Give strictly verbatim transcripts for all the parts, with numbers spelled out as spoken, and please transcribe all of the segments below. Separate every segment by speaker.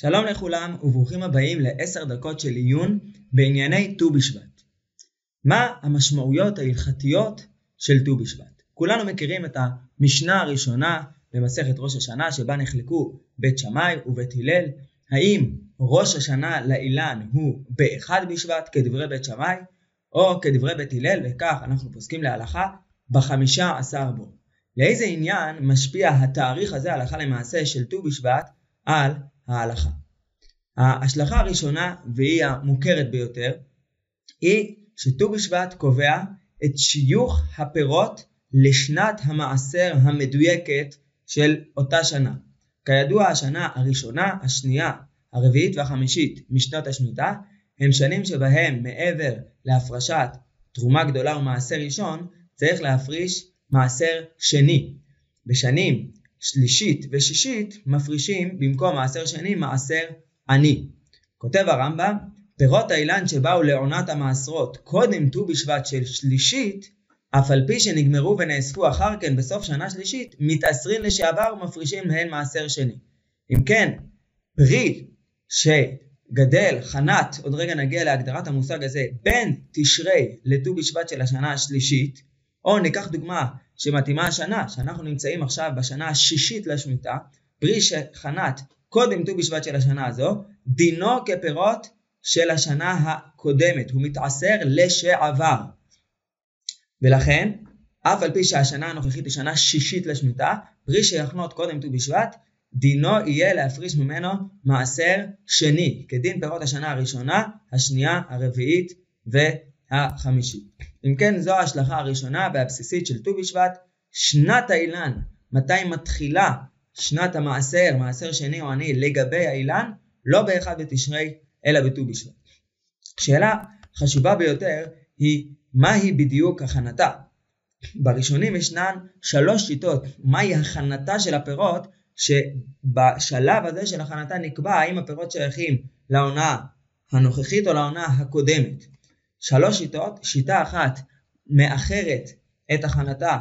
Speaker 1: שלום לכולם וברוכים הבאים לעשר דקות של עיון בענייני ט"ו בשבט. מה המשמעויות ההלכתיות של ט"ו בשבט? כולנו מכירים את המשנה הראשונה במסכת ראש השנה שבה נחלקו בית שמאי ובית הלל. האם ראש השנה לאילן הוא באחד בשבט כדברי בית שמאי או כדברי בית הלל, וכך אנחנו פוסקים להלכה בחמישה עשר בו. לאיזה עניין משפיע התאריך הזה הלכה למעשה של ט"ו בשבט על ההלכה? ההשלכה הראשונה והיא המוכרת ביותר היא שט"ו בשבט קובע את שיוך הפירות לשנת המעשר המדויקת של אותה שנה. כידוע, השנה הראשונה, השנייה, הרביעית והחמישית משנת השמיטה הם שנים שבהם מעבר להפרשת תרומה גדולה ומעשר ראשון צריך להפריש מעשר שני. בשנים שלישית ושישית מפרישים במקום מעשר שני מעשר עני. כותב הרמב"ם, פירות האילן שבאו לעונת המעשרות קודם ט"ו בשבט של שלישית, אף על פי שנגמרו ונאספו אחר כן בסוף שנה שלישית, מתעשרים לשעבר ומפרישים מהן מעשר שני. אם כן, פרי שגדל, חנת, עוד רגע נגיע להגדרת המושג הזה, בין תשרי לט"ו בשבט של השנה השלישית, או ניקח דוגמה שמתאימה השנה, שאנחנו נמצאים עכשיו בשנה השישית לשמיטה, פרי שחנת קודם ט"ו בשבט של השנה הזו, דינו כפירות של השנה הקודמת, הוא מתעשר לשעבר. ולכן, אף על פי שהשנה הנוכחית היא שנה שישית לשמיטה, פרי שיחנות קודם ט"ו בשבט, דינו יהיה להפריש ממנו מעשר שני, כדין פירות השנה הראשונה, השנייה, הרביעית והחמישית. אם כן, זו ההשלכה הראשונה והבסיסית של ט"ו בשבט. שנת האילן, מתי מתחילה שנת המעשר, מעשר שני או עני לגבי האילן, לא באחד בתשרי אלא בט"ו בשבט. שאלה חשובה ביותר היא מהי בדיוק הכנתה. בראשונים ישנן שלוש שיטות מהי הכנתה של הפירות, שבשלב הזה של הכנתה נקבע האם הפירות שייכים לעונה הנוכחית או לעונה הקודמת. שלוש שיטות. שיטה אחת מאחרת את הכנתה,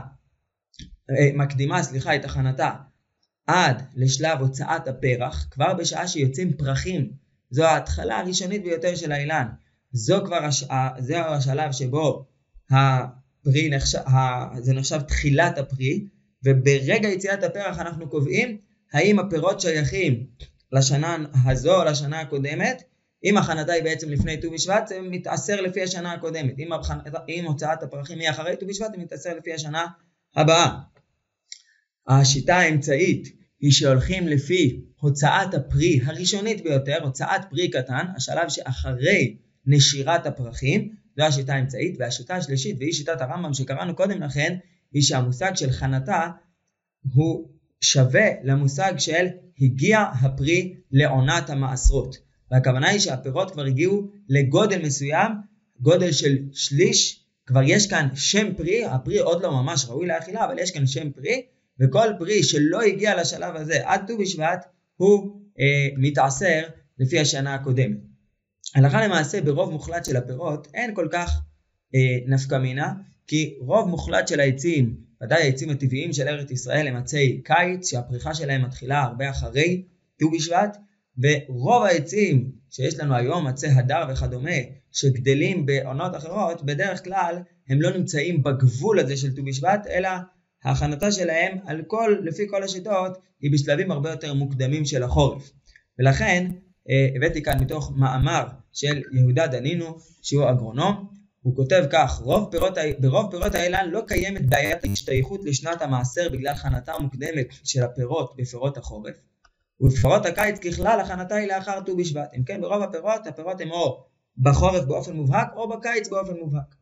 Speaker 1: מקדימה סליחה את הכנתה עד לשלב הוצאת הפרח, כבר בשעה שיוצאים פרחים. זו ההתחלה הראשונית ביותר של האילן. זו כבר הש... זהו השלב שבו הפרי נחשב, זה נחשב תחילת הפרי, וברגע יציאת הפרח אנחנו קובעים האם הפירות שייכים לשנה הזו או לשנה הקודמת. אם הכנתה היא בעצם לפני ט"ו בשבט, זה מתעשר לפי השנה הקודמת. אם, הבחנ... אם הוצאת הפרחים היא אחרי ט"ו בשבט, זה מתעשר לפי השנה הבאה. השיטה האמצעית היא שהולכים לפי הוצאת הפרי הראשונית ביותר, הוצאת פרי קטן, השלב שאחרי נשירת הפרחים, זו השיטה האמצעית. והשיטה השלישית, והיא שיטת הרמב"ם שקראנו קודם לכן, היא שהמושג של חנתה הוא שווה למושג של הגיע הפרי לעונת המעשרות. והכוונה היא שהפירות כבר הגיעו לגודל מסוים, גודל של שליש, כבר יש כאן שם פרי, הפרי עוד לא ממש ראוי לאכילה, אבל יש כאן שם פרי, וכל פרי שלא הגיע לשלב הזה עד ט"ו בשבט, הוא אה, מתעשר לפי השנה הקודמת. הלכה למעשה ברוב מוחלט של הפירות אין כל כך אה, נפקא מינה, כי רוב מוחלט של העצים, ודאי העצים הטבעיים של ארץ ישראל הם עצי קיץ, שהפריחה שלהם מתחילה הרבה אחרי ט"ו בשבט, ורוב העצים שיש לנו היום, עצי הדר וכדומה, שגדלים בעונות אחרות, בדרך כלל הם לא נמצאים בגבול הזה של ט"ו בשבט, אלא ההכנתה שלהם על כל, לפי כל השיטות, היא בשלבים הרבה יותר מוקדמים של החורף. ולכן אה, הבאתי כאן מתוך מאמר של יהודה דנינו, שהוא אגרונום, הוא כותב כך: רוב פירות, ברוב פירות האילן לא קיימת בעיית השתייכות לשנת המעשר בגלל הכנתה מוקדמת של הפירות בפירות החורף, ובפירות הקיץ ככלל הכנתה היא לאחר ט"ו בשבט. אם כן, ברוב הפירות, הפירות הם או בחורף באופן מובהק או בקיץ באופן מובהק.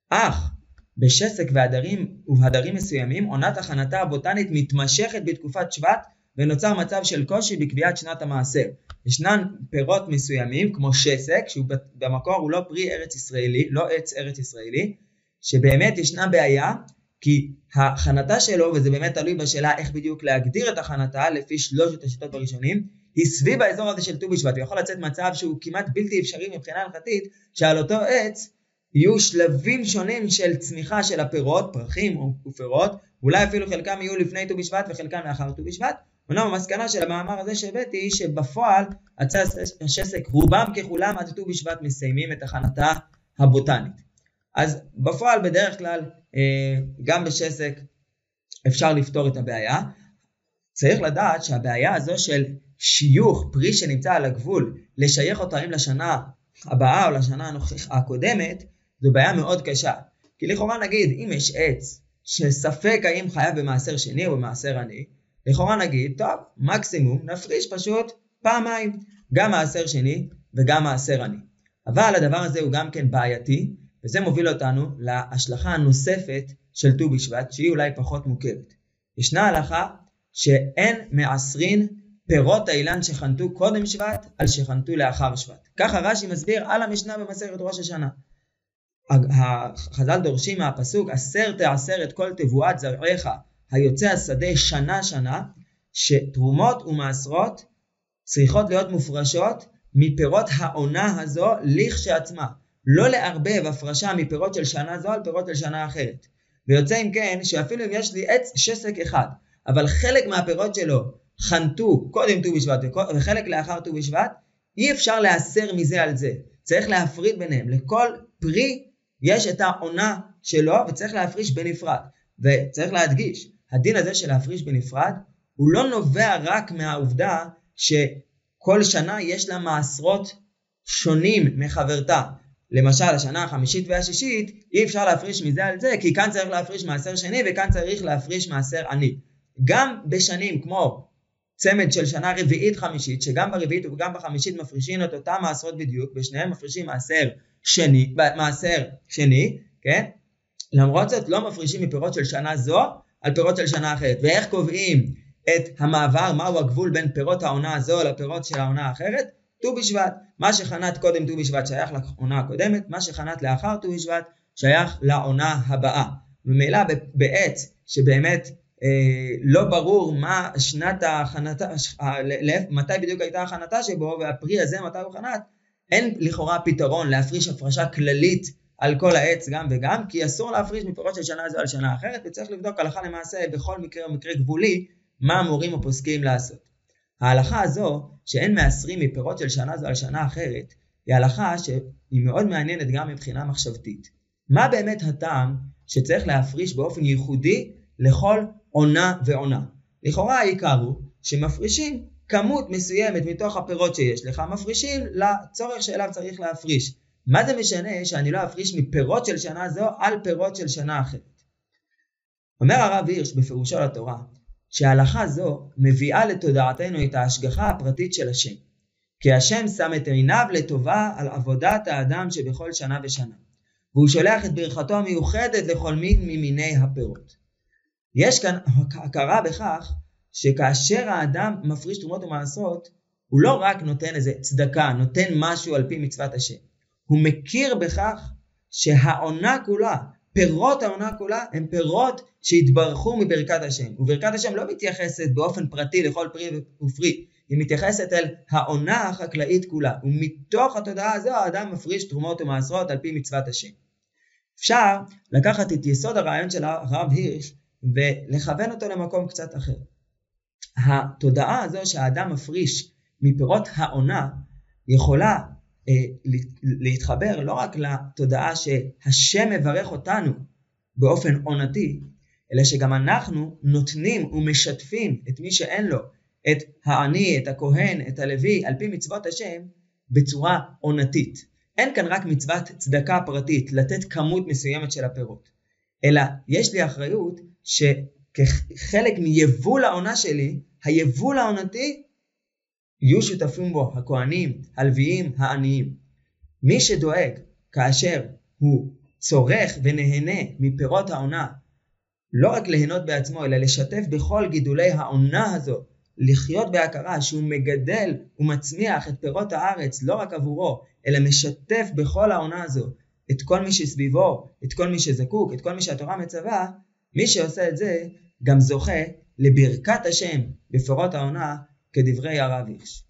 Speaker 1: אך בשסק והדרים ובהדרים מסוימים, עונת הכנתה הבוטנית מתמשכת בתקופת שבט, ונוצר מצב של קושי בקביעת שנת המעשר. ישנן פירות מסוימים כמו שסק, שהוא במקור הוא לא פרי ארץ ישראלי, לא עץ ארץ ישראלי, שבאמת ישנה בעיה, כי הכנתה שלו, וזה באמת תלוי בשאלה איך בדיוק להגדיר את הכנתה לפי שלושת השיטות הראשונים, היא סביב האזור הזה של ט"ו בשבט. ויכול לצאת מצב שהוא כמעט בלתי אפשרי מבחינה הלכתית, שעל אותו עץ יהיו שלבים שונים של צמיחה של הפירות, פרחים ופירות, אולי אפילו חלקם יהיו לפני ט"ו בשבט וחלקם לאחר ט"ו בשבט, אומנם המסקנה של המאמר הזה שהבאתי היא שבפועל עצי השסק רובם ככולם עד ט"ו בשבט מסיימים את הכנתה הבוטנית. אז בפועל בדרך כלל גם בשסק אפשר לפתור את הבעיה. צריך לדעת שהבעיה הזו של שיוך פרי שנמצא על הגבול, לשייך אותו האם לשנה הבאה או לשנה הקודמת, זו בעיה מאוד קשה. כי לכאורה נגיד, אם יש עץ שספק האם חייב במעשר שני או במעשר עני, לכאורה נגיד, טוב, מקסימום נפריש פשוט פעמיים, גם מעשר שני וגם מעשר עני. אבל הדבר הזה הוא גם כן בעייתי, וזה מוביל אותנו להשלכה הנוספת של ט"ו בשבט, שהיא אולי פחות מוכרת. ישנה הלכה שאין מעשרין פירות האילן שחנתו קודם שבט על שחנתו לאחר שבט. ככה רש"י מסביר על המשנה במסכת ראש השנה. החז"ל דורשים מהפסוק עשר תעשר את כל תבואת זרעך היוצא השדה שנה שנה, שתרומות ומעשרות צריכות להיות מופרשות מפירות העונה הזו לכשעצמה, לא לערבב הפרשה מפירות של שנה זו על פירות של שנה אחרת. ויוצא אם כן שאפילו אם יש לי עץ שסק אחד, אבל חלק מהפירות שלו חנתו קודם ט"ו בשבט וחלק לאחר ט"ו בשבט, אי אפשר להסר מזה על זה. צריך להפריד ביניהם. לכל פרי יש את העונה שלו וצריך להפריש בנפרד. וצריך להדגיש, הדין הזה של להפריש בנפרד הוא לא נובע רק מהעובדה שכל שנה יש לה מעשרות שונים מחברתה. למשל השנה החמישית והשישית אי אפשר להפריש מזה על זה, כי כאן צריך להפריש מעשר שני וכאן צריך להפריש מעשר עני. גם בשנים כמו צמד של שנה רביעית חמישית, שגם ברביעית וגם בחמישית מפרישים את אותם מעשרות בדיוק, בשניהם מפרישים מעשר שני, מעשר שני, כן? למרות זאת לא מפרישים מפירות של שנה זו על פירות של שנה אחרת. ואיך קובעים את המעבר, מהו הגבול בין פירות העונה הזו לפירות של העונה האחרת? ט"ו בשבט. מה שחנת קודם ט"ו בשבט שייך לעונה הקודמת, מה שחנת לאחר ט"ו בשבט שייך לעונה הבאה. ומילא בעץ שבאמת אה, לא ברור מה שנת החנתה, מתי בדיוק הייתה החנתה שבו, והפרי הזה מתי הוא חנת, אין לכאורה פתרון להפריש הפרשה כללית על כל העץ גם וגם, כי אסור להפריש מפירות של שנה זו על שנה אחרת, וצריך לבדוק הלכה למעשה בכל מקרה ומקרה גבולי מה המורים או פוסקים לעשות. ההלכה הזו שאין מעשרים מפירות של שנה זו על שנה אחרת, היא הלכה שהיא מאוד מעניינת גם מבחינה מחשבתית. מה באמת הטעם שצריך להפריש באופן ייחודי לכל עונה ועונה? לכאורה העיקר הוא שמפרישים כמות מסוימת מתוך הפירות שיש לך, מפרישים לצורך שאליו צריך להפריש. מה זה משנה שאני לא אפריש מפירות של שנה זו על פירות של שנה אחרת? אומר הרב הירש בפירושו לתורה, שההלכה זו מביאה לתודעתנו את ההשגחה הפרטית של השם. כי השם שם את עיניו לטובה על עבודת האדם שבכל שנה ושנה. והוא שולח את ברכתו המיוחדת לכל מין ממיני הפירות. יש כאן הכרה בכך שכאשר האדם מפריש תרומות ומעשרות, הוא לא רק נותן איזה צדקה, נותן משהו על פי מצוות השם. הוא מכיר בכך שהעונה כולה, פירות העונה כולה, הם פירות שהתברכו מברכת השם. וברכת השם לא מתייחסת באופן פרטי לכל פרי ופרי, היא מתייחסת אל העונה החקלאית כולה. ומתוך התודעה הזו האדם מפריש תרומות ומעשרות על פי מצוות השם. אפשר לקחת את יסוד הרעיון של הרב הירש ולכוון אותו למקום קצת אחר. התודעה הזו שהאדם מפריש מפירות העונה יכולה אה, להתחבר לא רק לתודעה שהשם מברך אותנו באופן עונתי, אלא שגם אנחנו נותנים ומשתפים את מי שאין לו, את העני, את הכהן, את הלוי, על פי מצוות השם בצורה עונתית. אין כאן רק מצוות צדקה פרטית, לתת כמות מסוימת של הפירות, אלא יש לי אחריות שכחלק מיבול העונה שלי, היבול העונתי, יהיו שותפים בו הכהנים, הלוויים, העניים. מי שדואג כאשר הוא צורך ונהנה מפירות העונה, לא רק ליהנות בעצמו, אלא לשתף בכל גידולי העונה הזו, לחיות בהכרה שהוא מגדל ומצמיח את פירות הארץ, לא רק עבורו, אלא משתף בכל העונה הזו, את כל מי שסביבו, את כל מי שזקוק, את כל מי שהתורה מצווה, מי שעושה את זה גם זוכה לברכת השם בפירות העונה כדברי הרב הירש.